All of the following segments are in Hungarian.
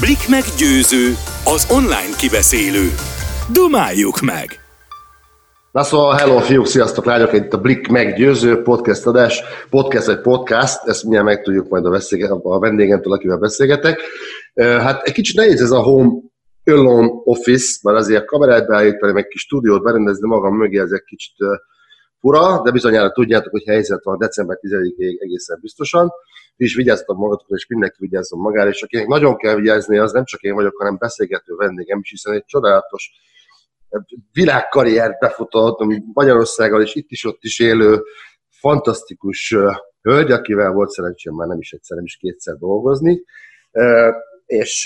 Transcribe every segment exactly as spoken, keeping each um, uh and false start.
Blik meggyőző, az online kibeszélő. Dumáljuk meg! Na szóval, hello fiúk, sziasztok, lányok, itt a Blik meggyőző podcast adás, podcast vagy podcast, ezt mindjárt megtudjuk majd a, a vendégemtől, akivel beszélgetek. Hát egy kicsit nehéz ez a home alone office, mert azért a kamerát beállítani, meg kis stúdiót berendezni magam mögé, ez egy kicsit fura, de bizonyára tudjátok, hogy helyzet van december tizedikig egészen biztosan. Ti is vigyázzatok magatokra, és mindenki vigyázzon magára, és akinek nagyon kell vigyázni, az nem csak én vagyok, hanem beszélgető vendégem is, hiszen egy csodálatos világkarriert befutott Magyarországgal, és itt is ott is élő fantasztikus hölgy, akivel volt szerencsém már nem is egyszer, nem is kétszer dolgozni, és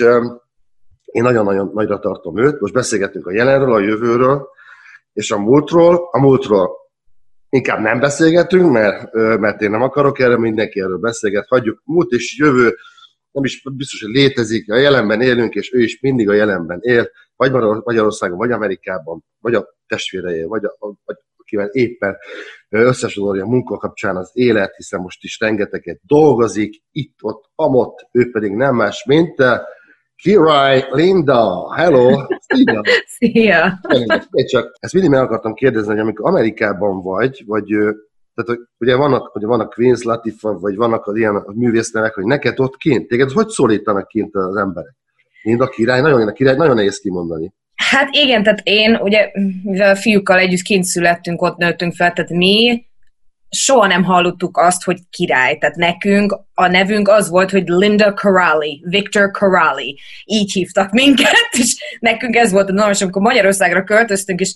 én nagyon-nagyon nagyra tartom őt. Most beszélgetünk a jelenről, a jövőről, és a múltról. A múltról inkább nem beszélgetünk, mert, mert én nem akarok erre, mindenki erről beszélget. Hagyjuk, múlt és jövő nem is biztos, hogy létezik. A jelenben élünk, és ő is mindig a jelenben él, vagy Magyarországon, vagy Amerikában, vagy a testvérei, vagy, a, vagy akivel éppen összesodorja a munka kapcsán az élet, hiszen most is rengeteget dolgozik, itt-ott, amott, ő pedig nem más, mint Király Linda. Hello! Szia! Szia! Csak ezt mindig meg akartam kérdezni, hogy amikor Amerikában vagy, vagy tehát, ugye vannak, ugye vannak Queen Latifah, vagy vannak az ilyen művésznevek, hogy neked ott kint, téged hogy szólítanak kint az emberek? Mind a király, nagyon, a király nagyon nehéz kimondani. Hát igen, tehát én, ugye, mivel a fiúkkal együtt kint születtünk, ott nőttünk fel, tehát mi soha nem hallottuk azt, hogy király. Tehát nekünk a nevünk az volt, hogy Linda Corrali, Victor Corrali. Így hívtak minket, és nekünk ez volt a normális, amikor Magyarországra költöztünk, és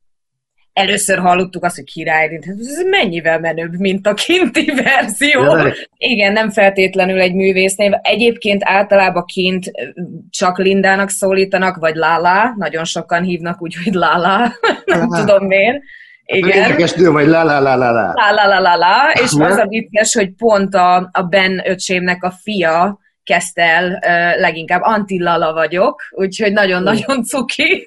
először hallottuk azt, hogy király, ez mennyivel menőbb, mint a kinti verzió. Ja, igen, nem feltétlenül egy művésznév. Egyébként általában kint csak Lindának szólítanak, vagy Lala. Nagyon sokan hívnak úgy, hogy Lala. Nem ah. tudom miért. Igen. Érdekes nő vagy la la la la la. La la la la la. És az a vicces, hogy pont a, a Ben öcsémnek a fia kezdte el uh, leginkább Anti-Lala vagyok, úgyhogy nagyon-nagyon cuki.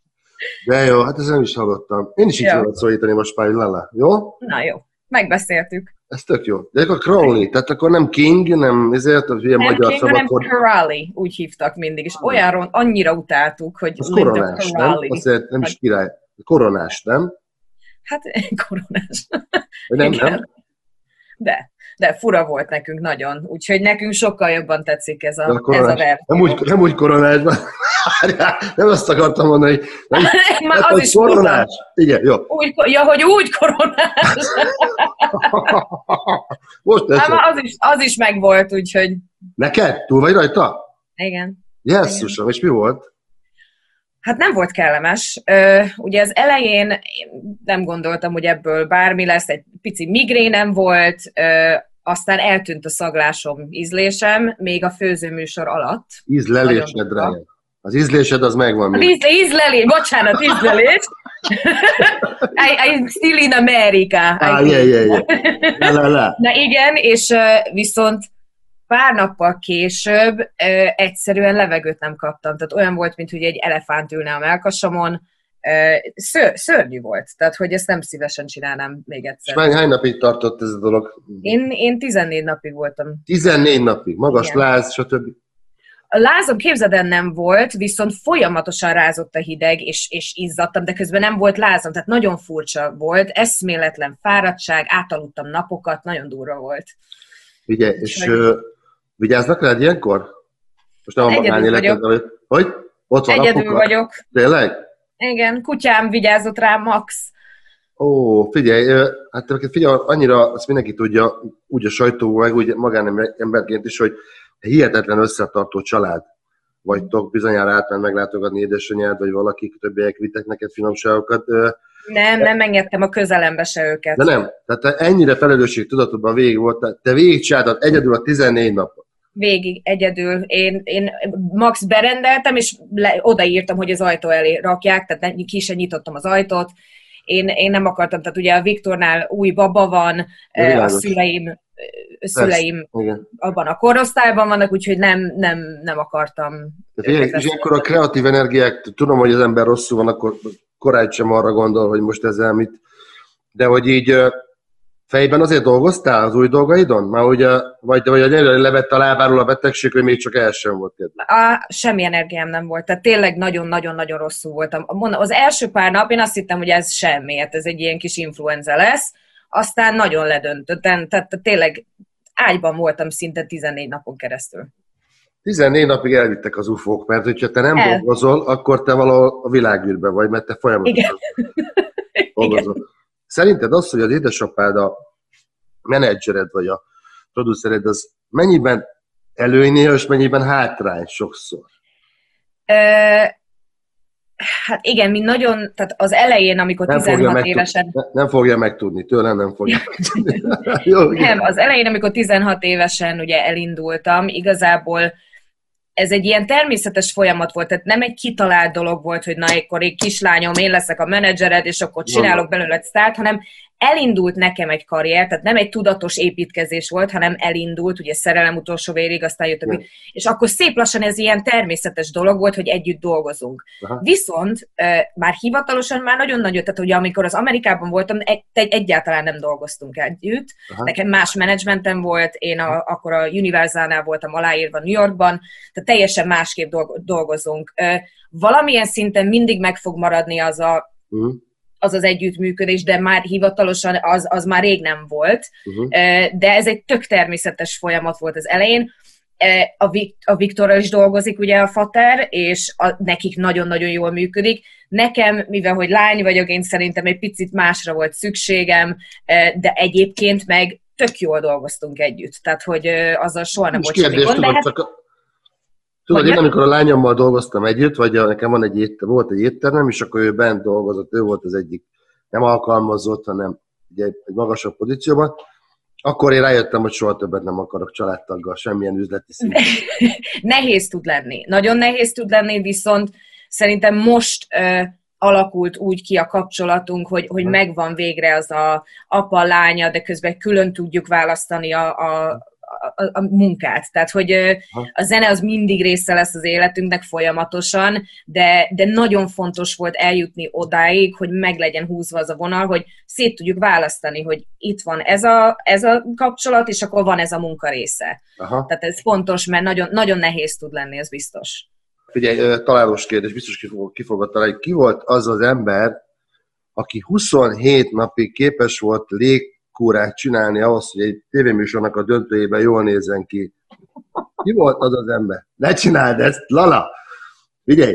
De jó, hát ezt nem is hallottam. Én is így tudod szólítani most már, hogy Lala, jó? Na jó, megbeszéltük. Ez tök jó. De akkor Crowley, tehát akkor nem King, nem ezért, az ilyen nem magyar King, hanem Corrali, úgy hívtak mindig, és olyan annyira utáltuk, hogy az Linda koronás, Corrali. Nem? Azért nem is király. Koronás, nem? Hát koronás. Nem, nem? De, de fura volt nekünk nagyon, úgyhogy nekünk sokkal jobban tetszik ez a, a, ez a verzió. Nem úgy, nem úgy koronásban. Nem azt akartam mondani. Nem, már az is koronás. Igen, jó. Úgy, ja, hogy úgy koronás. Most hát, az, is, az is megvolt, úgyhogy... Neked? Túl vagy rajta? Igen. Jesszusom, és mi volt? Hát nem volt kellemes. Uh, ugye az elején én nem gondoltam, hogy ebből bármi lesz, egy pici migrénem volt, uh, aztán eltűnt a szaglásom, ízlésem, még a főzőműsor alatt. Ízlelésed, drága. Az ízlésed az megvan. Az ízle, ízlelés, bocsánat, ízlelés. I, I'm still in America. Ah, yeah, yeah, yeah. La, la, la. Na igen, és uh, viszont pár nappal később uh, egyszerűen levegőt nem kaptam. Tehát olyan volt, mint hogy egy elefánt ülne a mellkasamon. Uh, ször, szörnyű volt. Tehát, hogy ezt nem szívesen csinálnám még egyszer. És hány napig tartott ez a dolog? Én, én tizennégy napig voltam. tizennégy napig? Magas igen. Láz, stb. A lázom képzeden nem volt, viszont folyamatosan rázott a hideg, és, és izzadtam, de közben nem volt lázam, tehát nagyon furcsa volt, eszméletlen fáradtság, átaludtam napokat, nagyon durva volt. Ugye, és uh, vigyáznak rád ilyenkor? Most nem a magánéleted, hogy? Ott van egyedül apuka? vagyok. Tényleg? Igen, kutyám vigyázott rá, Max. Ó, figyelj, hát figyelj, annyira, azt mindenki tudja, úgy a sajtó, meg úgy magánemberként is, hogy hihetetlen összetartó család vagytok, bizonyára átment meglátogatni édesanyád, vagy valakik, többiek vittek neked finomságokat. Nem, nem engedtem a közelembe se őket. De nem, tehát te ennyire felelősségtudatodban végig volt, te végigcsináltad egyedül a tizennégy napot. Végig, egyedül. Én, én max berendeltem, és le, odaírtam, hogy az ajtó elé rakják, tehát ki sem nyitottam az ajtót. Én, én nem akartam, tehát ugye a Viktornál új baba van, a szüleim szüleim Persze, abban a korosztályban vannak, úgyhogy nem, nem, nem akartam. Figyelj, és ilyenkor a kreatív energiák, tudom, hogy az ember rosszul van, akkor korán sem arra gondol, hogy most ezzel mit, de hogy így fejben azért dolgoztál az új dolgaidon? Már ugye, vagy, vagy a levett a lábáról a betegség, hogy még csak el sem volt kedve? A, semmi energiám nem volt, tehát tényleg nagyon-nagyon-nagyon rosszul voltam. Az első pár nap én azt hittem, hogy ez semmi, hát ez egy ilyen kis influenza lesz, aztán nagyon ledöntöttem, tehát tényleg ágyban voltam szinte tizennégy napon keresztül. tizennégy napig elvittek az ufók, mert hogyha te nem El. dolgozol, akkor te valahol a világűrben vagy, mert te folyamatosan dolgozol. Igen. Szerinted az, hogy az édesapád a menedzsered vagy a producered, az mennyiben előnynél, és mennyiben hátrány sokszor? Ö, hát igen, mi nagyon, tehát az elején, amikor nem tizenhat évesen... Ne, nem fogja megtudni, tőlem nem fogja megtudni. Jó, nem, az elején, amikor tizenhat évesen ugye elindultam, igazából ez egy ilyen természetes folyamat volt, tehát nem egy kitalált dolog volt, hogy na, akkor egy kislányom, én leszek a menedzsered, és akkor csinálok belőle egy sztárt, hanem elindult nekem egy karrier, tehát nem egy tudatos építkezés volt, hanem elindult, ugye szerelem utolsó vérig, aztán jött a... És akkor szép lassan ez ilyen természetes dolog volt, hogy együtt dolgozunk. Aha. Viszont már hivatalosan már nagyon nagy, tehát ugye amikor az Amerikában voltam, egy, egyáltalán nem dolgoztunk együtt. Aha. Nekem más menedzsmentem volt, én a, akkor a Universalnál voltam aláírva New Yorkban, tehát teljesen másképp dolgozunk. Valamilyen szinten mindig meg fog maradni az a... Uh-huh. az az együttműködés, de már hivatalosan az, az már rég nem volt. Uh-huh. De ez egy tök természetes folyamat volt az elején. A, Vik- a Viktorral is dolgozik ugye a fater, és a, nekik nagyon-nagyon jól működik. Nekem, mivel hogy lány vagyok, én szerintem egy picit másra volt szükségem, de egyébként meg tök jól dolgoztunk együtt. Tehát, hogy azzal soha nem volt semmi gond. Tudod, hát... tudod én amikor a lányommal dolgoztam együtt, vagy a, nekem van egy étterem, volt egy étterem, és akkor ő bent dolgozott, ő volt az egyik, nem alkalmazott, hanem ugye egy magasabb pozícióban, akkor én rájöttem, hogy soha többet nem akarok családtaggal, semmilyen üzleti szinten. Nehéz tud lenni. Nagyon nehéz tud lenni, viszont szerintem most ö, alakult úgy ki a kapcsolatunk, hogy, hogy megvan végre az a apa-lánya, de közben külön tudjuk választani a, a, a, a munkát. Tehát, hogy ö, a zene az mindig része lesz az életünknek folyamatosan, de, de nagyon fontos volt eljutni odáig, hogy meg legyen húzva az a vonal, hogy szét tudjuk választani, hogy itt van ez a, ez a kapcsolat, és akkor van ez a munka része. Aha. Tehát ez fontos, mert nagyon, nagyon nehéz tud lenni, ez biztos. Figyelj, találós kérdés, biztos ki fogod találni. Ki volt az az ember, aki huszonhét napig képes volt légkúrát csinálni ahhoz, hogy egy tévéműsornak a döntőjében jól nézzen ki? Ki volt az az ember? Ne csináld ezt, Lala! Figyelj!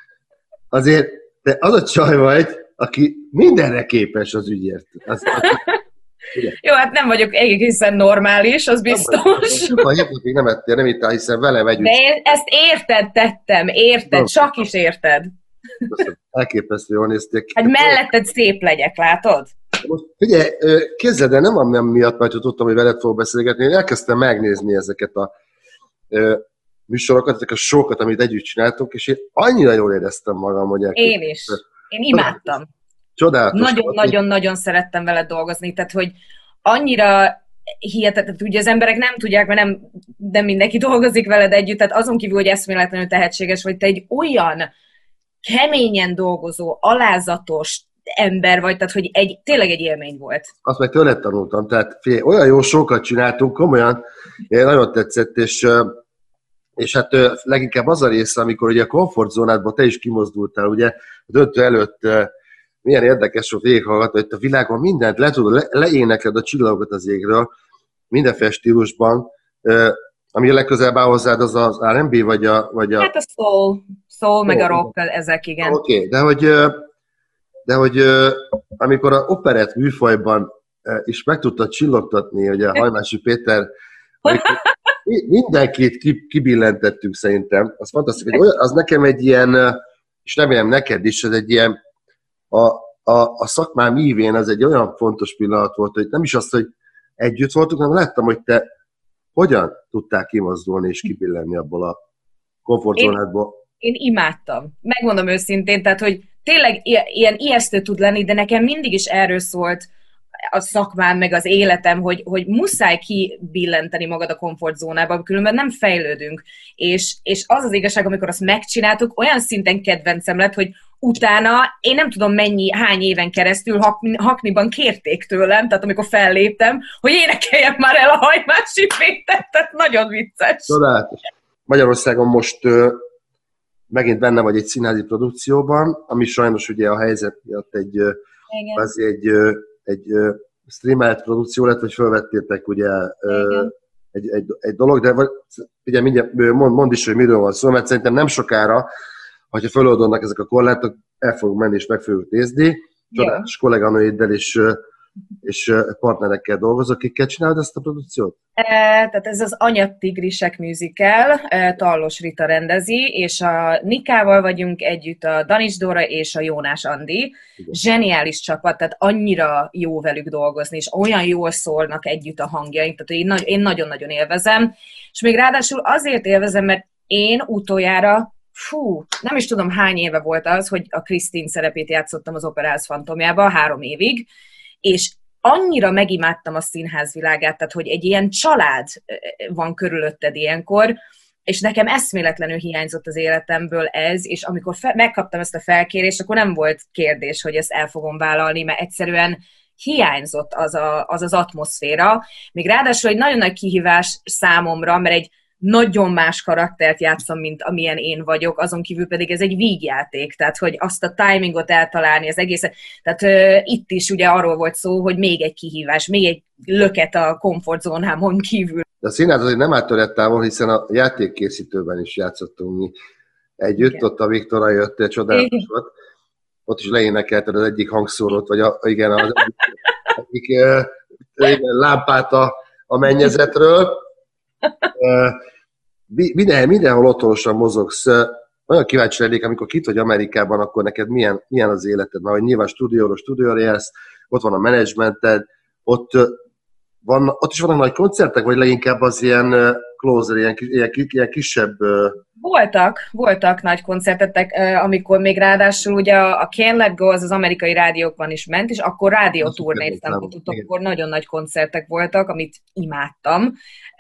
Azért te az a csaj vagy, aki mindenre képes az ügyért. Az, aki... Jó, hát nem vagyok egészen normális, az biztos. A hét napig nem ettél, nem ittál, hiszen velem együtt. De én ezt érted tettem, érted, csak is érted. Köszönöm. Elképesztő, jól néztél. Hát melletted szép legyek, látod? Most figyelj, képzeld el, nem ami miatt majd tudtam, hogy veled fogok beszélgetni, én elkezdtem megnézni ezeket a ö, műsorokat, ezeket a showokat, amit együtt csináltunk, és én annyira jól éreztem magam, hogy elkezdtem. Én is. Én imádtam. Csodálatos. Nagyon-nagyon-nagyon szerettem veled dolgozni, tehát hogy annyira hihetetlen, ugye az emberek nem tudják, mert nem, nem mindenki dolgozik veled együtt, tehát azon kívül, hogy eszméletlenül tehetséges vagy, te egy olyan keményen dolgozó, alázatos ember vagy, tehát hogy egy, tényleg egy élmény volt. Azt meg tőled tanultam, tehát figyelj, olyan jó sokat csináltunk, komolyan, nagyon tetszett, és, és hát leginkább az a része, amikor ugye a komfortzónádban te is kimozdultál, ugye a döntő előtt milyen érdekes volt végighallgatni, hogy a világban mindent le tudod, le, leénekled a csillagokat az égről, mindenféle stílusban, ami legközelebb áll hozzád, az az er and bé, vagy a... Vagy a... Hát a soul, soul meg a rock, ezek, igen. Oké, okay, de hogy, de hogy amikor a operett műfajban is meg tudtad csillogtatni, hogy a Hajmási Péter, mindenkit kibillentettünk szerintem, az fantasztikus, az nekem egy ilyen, és remélem neked is, ez egy ilyen, A, a, a szakmám ívén ez egy olyan fontos pillanat volt, hogy nem is azt, hogy együtt voltunk, hanem láttam, hogy te hogyan tudtál kimozdulni és kibillenni abból a komfortzónádból. Én, én imádtam. Megmondom őszintén, tehát, hogy tényleg ilyen ijesztő tud lenni, de nekem mindig is erről szólt a szakmám, meg az életem, hogy, hogy muszáj kibillenteni magad a komfortzónába, különben nem fejlődünk. És, és az az igazság, amikor azt megcsináltuk, olyan szinten kedvencem lett, hogy utána én nem tudom mennyi, hány éven keresztül Hackneyban kérték tőlem, tehát amikor felléptem, hogy énekeljem már el a Hajmási Pétert, tehát nagyon vicces. Csodálatos. Magyarországon most ö, megint benne vagy egy színházi produkcióban, ami sajnos ugye a helyzet miatt egy, az egy, egy streamelt produkció lett, vagy felvettétek ugye egy, egy, egy dolog, de ugye mindjárt mond, mond is, hogy miről van szó, mert szerintem nem sokára, hogyha feloldódnak ezek a korlátok, el fogunk menni és meg fogjuk nézni. Csodálatos kolléganőiddel és, és partnerekkel dolgozok. Kikkel csinálod ezt a produkciót? E, tehát ez az Anyatigrisek musical, e, Tallos Rita rendezi, és a Nikával vagyunk együtt, a Danis Dóra és a Jónás Andi. Igen. Zseniális csapat, tehát annyira jó velük dolgozni, és olyan jól szólnak együtt a hangjaink, tehát én, én nagyon-nagyon élvezem. És még ráadásul azért élvezem, mert én utoljára fú, nem is tudom hány éve volt az, hogy a Krisztin szerepét játszottam az Operáz Fantomjában, három évig, és annyira megimádtam a színház világát, tehát hogy egy ilyen család van körülötted ilyenkor, és nekem eszméletlenül hiányzott az életemből ez, és amikor fe- megkaptam ezt a felkérést, akkor nem volt kérdés, hogy ezt el fogom vállalni, mert egyszerűen hiányzott az a, az, az atmoszféra. Még ráadásul egy nagyon nagy kihívás számomra, mert egy nagyon más karaktert játszom, mint amilyen én vagyok, azon kívül pedig ez egy vígjáték, tehát hogy azt a timingot eltalálni, az egészet, tehát uh, itt is ugye arról volt szó, hogy még egy kihívás, még egy löket a komfortzónámon kívül. De a színház azért nem áttörett távol, hiszen a játékkészítőben is játszottunk mi együtt, igen. Ott a Viktorra jöttél, csodálatos volt. Ott is leénekelted az egyik hangszórót, vagy a, igen, az egyik, egyik uh, lámpát a, a mennyezetről. Uh, minden, mindenhol otthonosan mozogsz. Olyan kíváncsi lennék, amikor kit vagy Amerikában, akkor neked milyen, milyen az életed? Na, hogy nyilván stúdióról stúdióra jársz, ott van a menedzsmented, ott, van, ott is vannak nagy koncertek, vagy leginkább az ilyen closer, ilyen, ilyen, ilyen kisebb... Voltak, voltak nagy koncertetek, amikor még ráadásul ugye a Can't Let Go az az amerikai rádiókban is ment, és akkor rádióturnéztem, akkor nagyon nagy koncertek voltak, amit imádtam.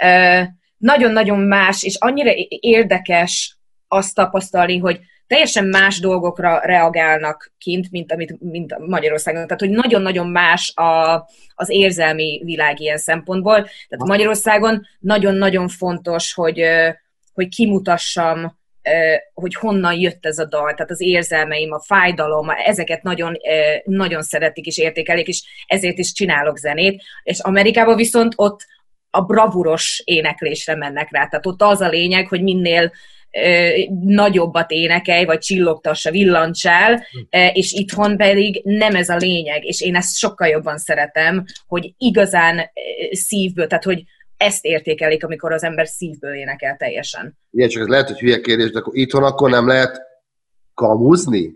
Nagyon-nagyon más, és annyira érdekes azt tapasztalni, hogy teljesen más dolgokra reagálnak kint, mint, amit, mint Magyarországon. Tehát, hogy nagyon-nagyon más a, az érzelmi világ ilyen szempontból. Tehát Magyarországon nagyon-nagyon fontos, hogy, hogy kimutassam, hogy honnan jött ez a dal, tehát az érzelmeim, a fájdalom, ezeket nagyon, nagyon szeretik és értékelik, és ezért is csinálok zenét. És Amerikában viszont ott a bravuros éneklésre mennek rá. Tehát ott az a lényeg, hogy minél ö, nagyobbat énekelj, vagy csillogtassa, villancsál, és itthon pedig nem ez a lényeg, és én ezt sokkal jobban szeretem, hogy igazán szívből, tehát hogy ezt értékelik, amikor az ember szívből énekel teljesen. Igen, csak ez lehet, hogy hülye kérdés, de akkor itthon akkor nem lehet kamuzni?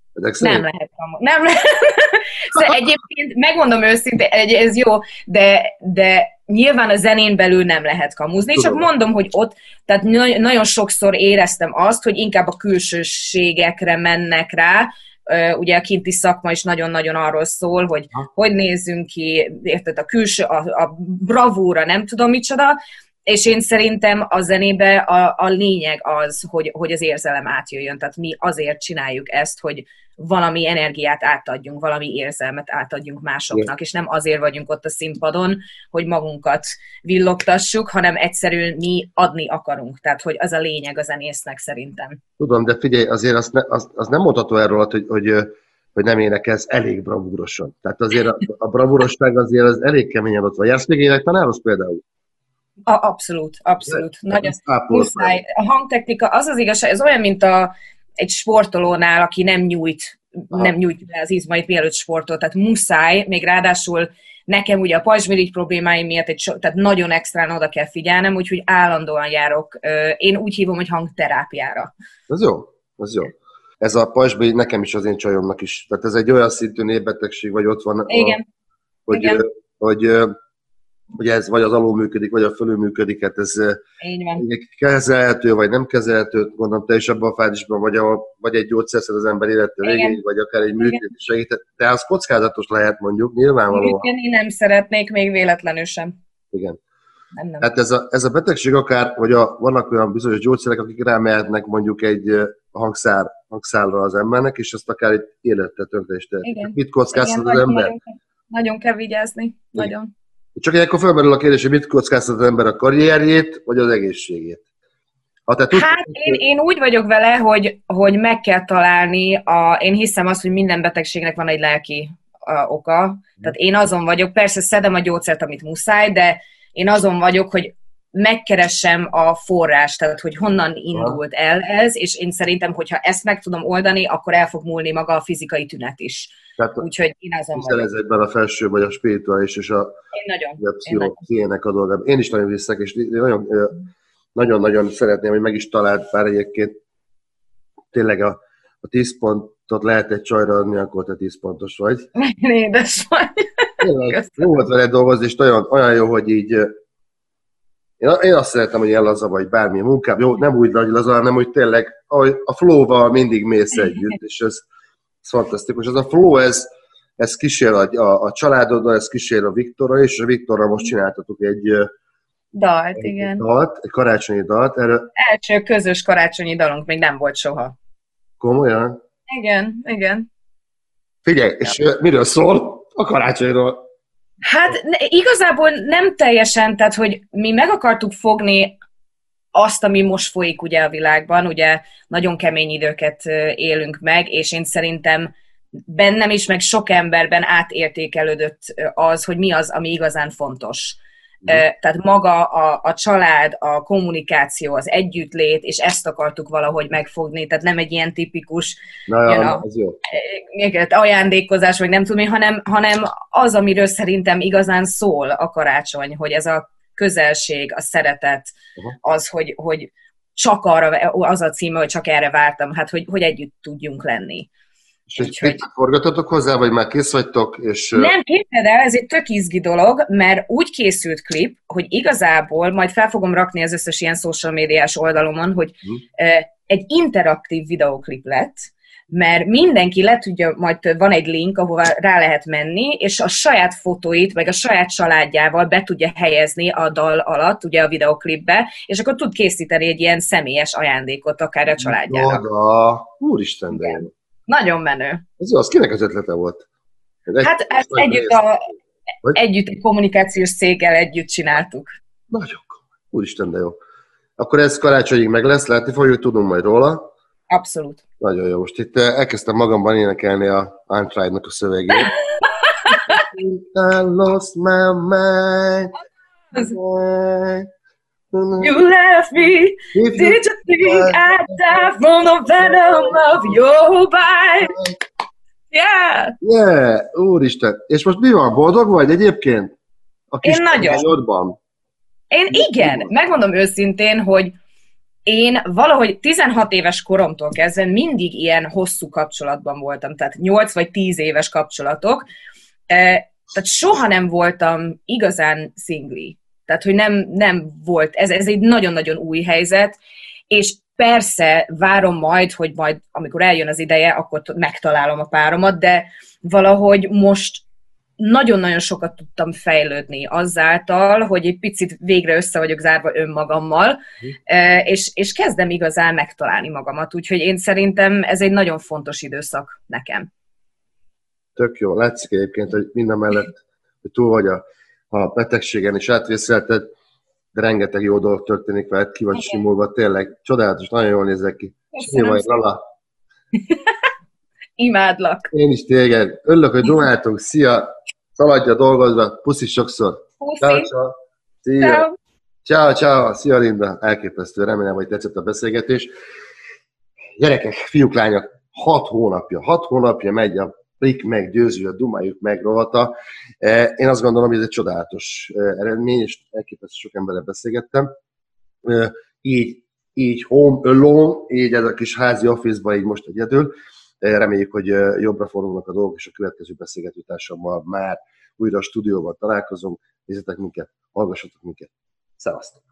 Nem lehet kamuzni. Nem lehet. Szóval egyébként, megmondom őszintén, ez jó, de, de nyilván a zenén belül nem lehet kamuzni, csak mondom, hogy ott, tehát nagyon sokszor éreztem azt, hogy inkább a külsőségekre mennek rá, ugye a kinti szakma is nagyon-nagyon arról szól, hogy ha. hogy nézzünk ki, érted, a külső, a, a bravúra, nem tudom micsoda, és én szerintem a zenébe a, a lényeg az, hogy, hogy az érzelem átjöjjön, tehát mi azért csináljuk ezt, hogy valami energiát átadjunk, valami érzelmet átadjunk másoknak, igen. És nem azért vagyunk ott a színpadon, hogy magunkat villogtassuk, hanem egyszerűen mi adni akarunk, tehát hogy az a lényeg a zenésznek szerintem. Tudom, de figyelj, azért az, ne, az, az nem mondható erről, hogy, hogy, hogy nem énekelsz elég bravúrosan. Tehát azért a, a bravúrosság azért az elég keményen ott van. Jársz még énektanáros például? A, abszolút, abszolút. Nagyon muszáj. A hangtechnika, az az igazság, ez olyan, mint a, egy sportolónál, aki nem nyújt, Aha. nem nyújt be az izmait, mielőtt sportol, tehát muszáj, még ráadásul nekem ugye a pajzsmirigy problémáim miatt egy so, tehát nagyon extrán oda kell figyelnem, úgyhogy állandóan járok. Én úgy hívom, hogy hangterápiára. Ez jó, ez jó. Ez a pajzsmirigy nekem is, az én csajomnak is. Tehát ez egy olyan szintű népbetegség, vagy ott van, Igen. A, hogy, Igen. hogy, hogy hogy ez vagy az alul működik, vagy a fölül működik, hát ez kezelhető, vagy nem kezelhető, gondolom te is abban a fázisban, vagy, a, vagy egy gyógyszerszer az ember élete végéig, vagy akár egy műtét segített, de az kockázatos lehet mondjuk, nyilvánvalóan. Igen, én nem szeretnék még véletlenül sem. Igen. Nem, nem. Hát ez a, ez a betegség akár, vagy a, vannak olyan bizonyos gyógyszerek, akik rámehetnek mondjuk egy, hangszár, hangszálra az embernek, és azt akár egy élettel tönkre is tehet. Mit kockáztat az ember? Nagyon, nagyon kell vigyázni. Nagyon. Csak ilyenkor felmerül a kérdés, hogy mit kockáztat az ember, a karrierjét, vagy az egészségét? Ha te tudsz, hát én, én úgy vagyok vele, hogy, hogy meg kell találni, a, én hiszem azt, hogy minden betegségnek van egy lelki a, oka. Tehát én azon vagyok, persze szedem a gyógyszert, amit muszáj, de én azon vagyok, hogy megkeressem a forrást, tehát hogy honnan indult el ez, és én szerintem, hogyha ezt meg tudom oldani, akkor el fog múlni maga a fizikai tünet is. Úgyhogy én azon vagyok. Hiszen ezekben a felső, vagy a spirituális, és a, nagyon, a pszichének a dolgában. Én is nagyon visszek, és nagyon, nagyon-nagyon szeretném, hogy meg is talált, bár egyébként tényleg a, a tíz pontot lehet egy csajra adni, akkor te tíz pontos vagy. Nagyon édes vagy. Tényleg, jó volt vele dolgozni, és olyan, olyan jó, hogy így én azt szeretem, hogy ilyen laza vagy bármilyen munkám. Jó, nem úgy vagy laza, hanem úgy tényleg, ahogy a flow-val mindig mész együtt, és ez, ez fantasztikus. Ez a flow, ez, ez kísér a, a, a családoddal, ez kísér a Viktorra, és a Viktorra most csináltatok egy dalt, egy, igen. Egy dalt, egy karácsonyi dalt. Erről... Első közös karácsonyi dalunk még nem volt soha. Komolyan? Igen, igen. Figyelj, és ja. Miről szól? A karácsonyról. Hát igazából nem teljesen, tehát hogy mi meg akartuk fogni azt, ami most folyik ugye a világban, ugye nagyon kemény időket élünk meg, és én szerintem bennem is, meg sok emberben átértékelődött az, hogy mi az, ami igazán fontos. Mm. Tehát maga a, a család, a kommunikáció, az együttlét, és ezt akartuk valahogy megfogni, tehát nem egy ilyen tipikus Na, jön ja, a, az jó. ajándékozás, vagy nem tudom én, hanem, hanem az, amiről szerintem igazán szól a karácsony, hogy ez a közelség, a szeretet, uh-huh. az, hogy, hogy csak arra, az a címe, hogy csak erre vártam, hát hogy, hogy együtt tudjunk lenni. És egy hogy... forgatotok hozzá, vagy már kész vagytok? És... Nem, képzeld el, ez egy tök izgi dolog, mert úgy készült klip, hogy igazából, majd fel fogom rakni az összes ilyen social médiás oldalomon, hogy hmm. egy interaktív videóklip lett, mert mindenki le tudja, majd van egy link, ahova rá lehet menni, és a saját fotóit, meg a saját családjával be tudja helyezni a dal alatt, ugye a videóklipbe, és akkor tud készíteni egy ilyen személyes ajándékot akár a családjának. Oda! Úristen, de jó. Nagyon menő. Ez jó, az kinek az ötlete volt? Egy, hát ezt együtt, a, együtt egy kommunikációs céggel együtt csináltuk. Nagyon komoly. Úristen, de jó. Akkor ez karácsonyig meg lesz, látni fogjuk, tudunk majd róla. Abszolút. Nagyon jó. Most itt elkezdtem magamban énekelni a Untried-nak a szövegét. I lost my mind. You left me. Did you think I'd die from the venom of your bite? Yeah. Yeah, úristen. És most mi van? Boldog vagy egyébként? A kis Én nagyon. Nyodban. Én igen. Megmondom őszintén, hogy én valahogy tizenhat éves koromtól kezdve mindig ilyen hosszú kapcsolatban voltam, tehát nyolc vagy tíz éves kapcsolatok, tehát soha nem voltam igazán szingli. Tehát, hogy nem, nem volt, ez, ez egy nagyon-nagyon új helyzet, és persze várom majd, hogy majd, amikor eljön az ideje, akkor megtalálom a páromat, de valahogy most nagyon-nagyon sokat tudtam fejlődni azáltal, hogy egy picit végre össze vagyok zárva önmagammal, és, és kezdem igazán megtalálni magamat. Úgyhogy én szerintem ez egy nagyon fontos időszak nekem. Tök jó. Látszik egyébként, hogy minden mellett, hogy túl vagy a, a betegségen is átvészelted, de rengeteg jó dolog történik veled, ki vagy okay. simulva, tényleg csodálatos, nagyon jól nézek ki. Mi vagy, Lala? Imádlak. Én is téged. Örülök, hogy dumáltunk. Szia! Szaladja dolgozva. Puszi sokszor. Puszi. Ciao, ciao. Szia. Ciao, ciao. Szia, Linda. Elképesztő. Remélem, hogy tetszett a beszélgetés. Gyerekek, fiúk, lányok, hat hónapja. Hat hónapja megy a Prik meg, győző, a Dumáljuk meg rovata. Én azt gondolom, hogy ez egy csodálatos eredmény, és elképesztő sok emberrel beszélgettem. Így, így home alone, így ez a kis házi office-ban, így most egyedül. Reméljük, hogy jobbra fordulnak a dolgok, és a következő beszélgetőtársammal már újra a stúdióban találkozunk. Nézzetek minket, hallgassatok minket. Szevasztok!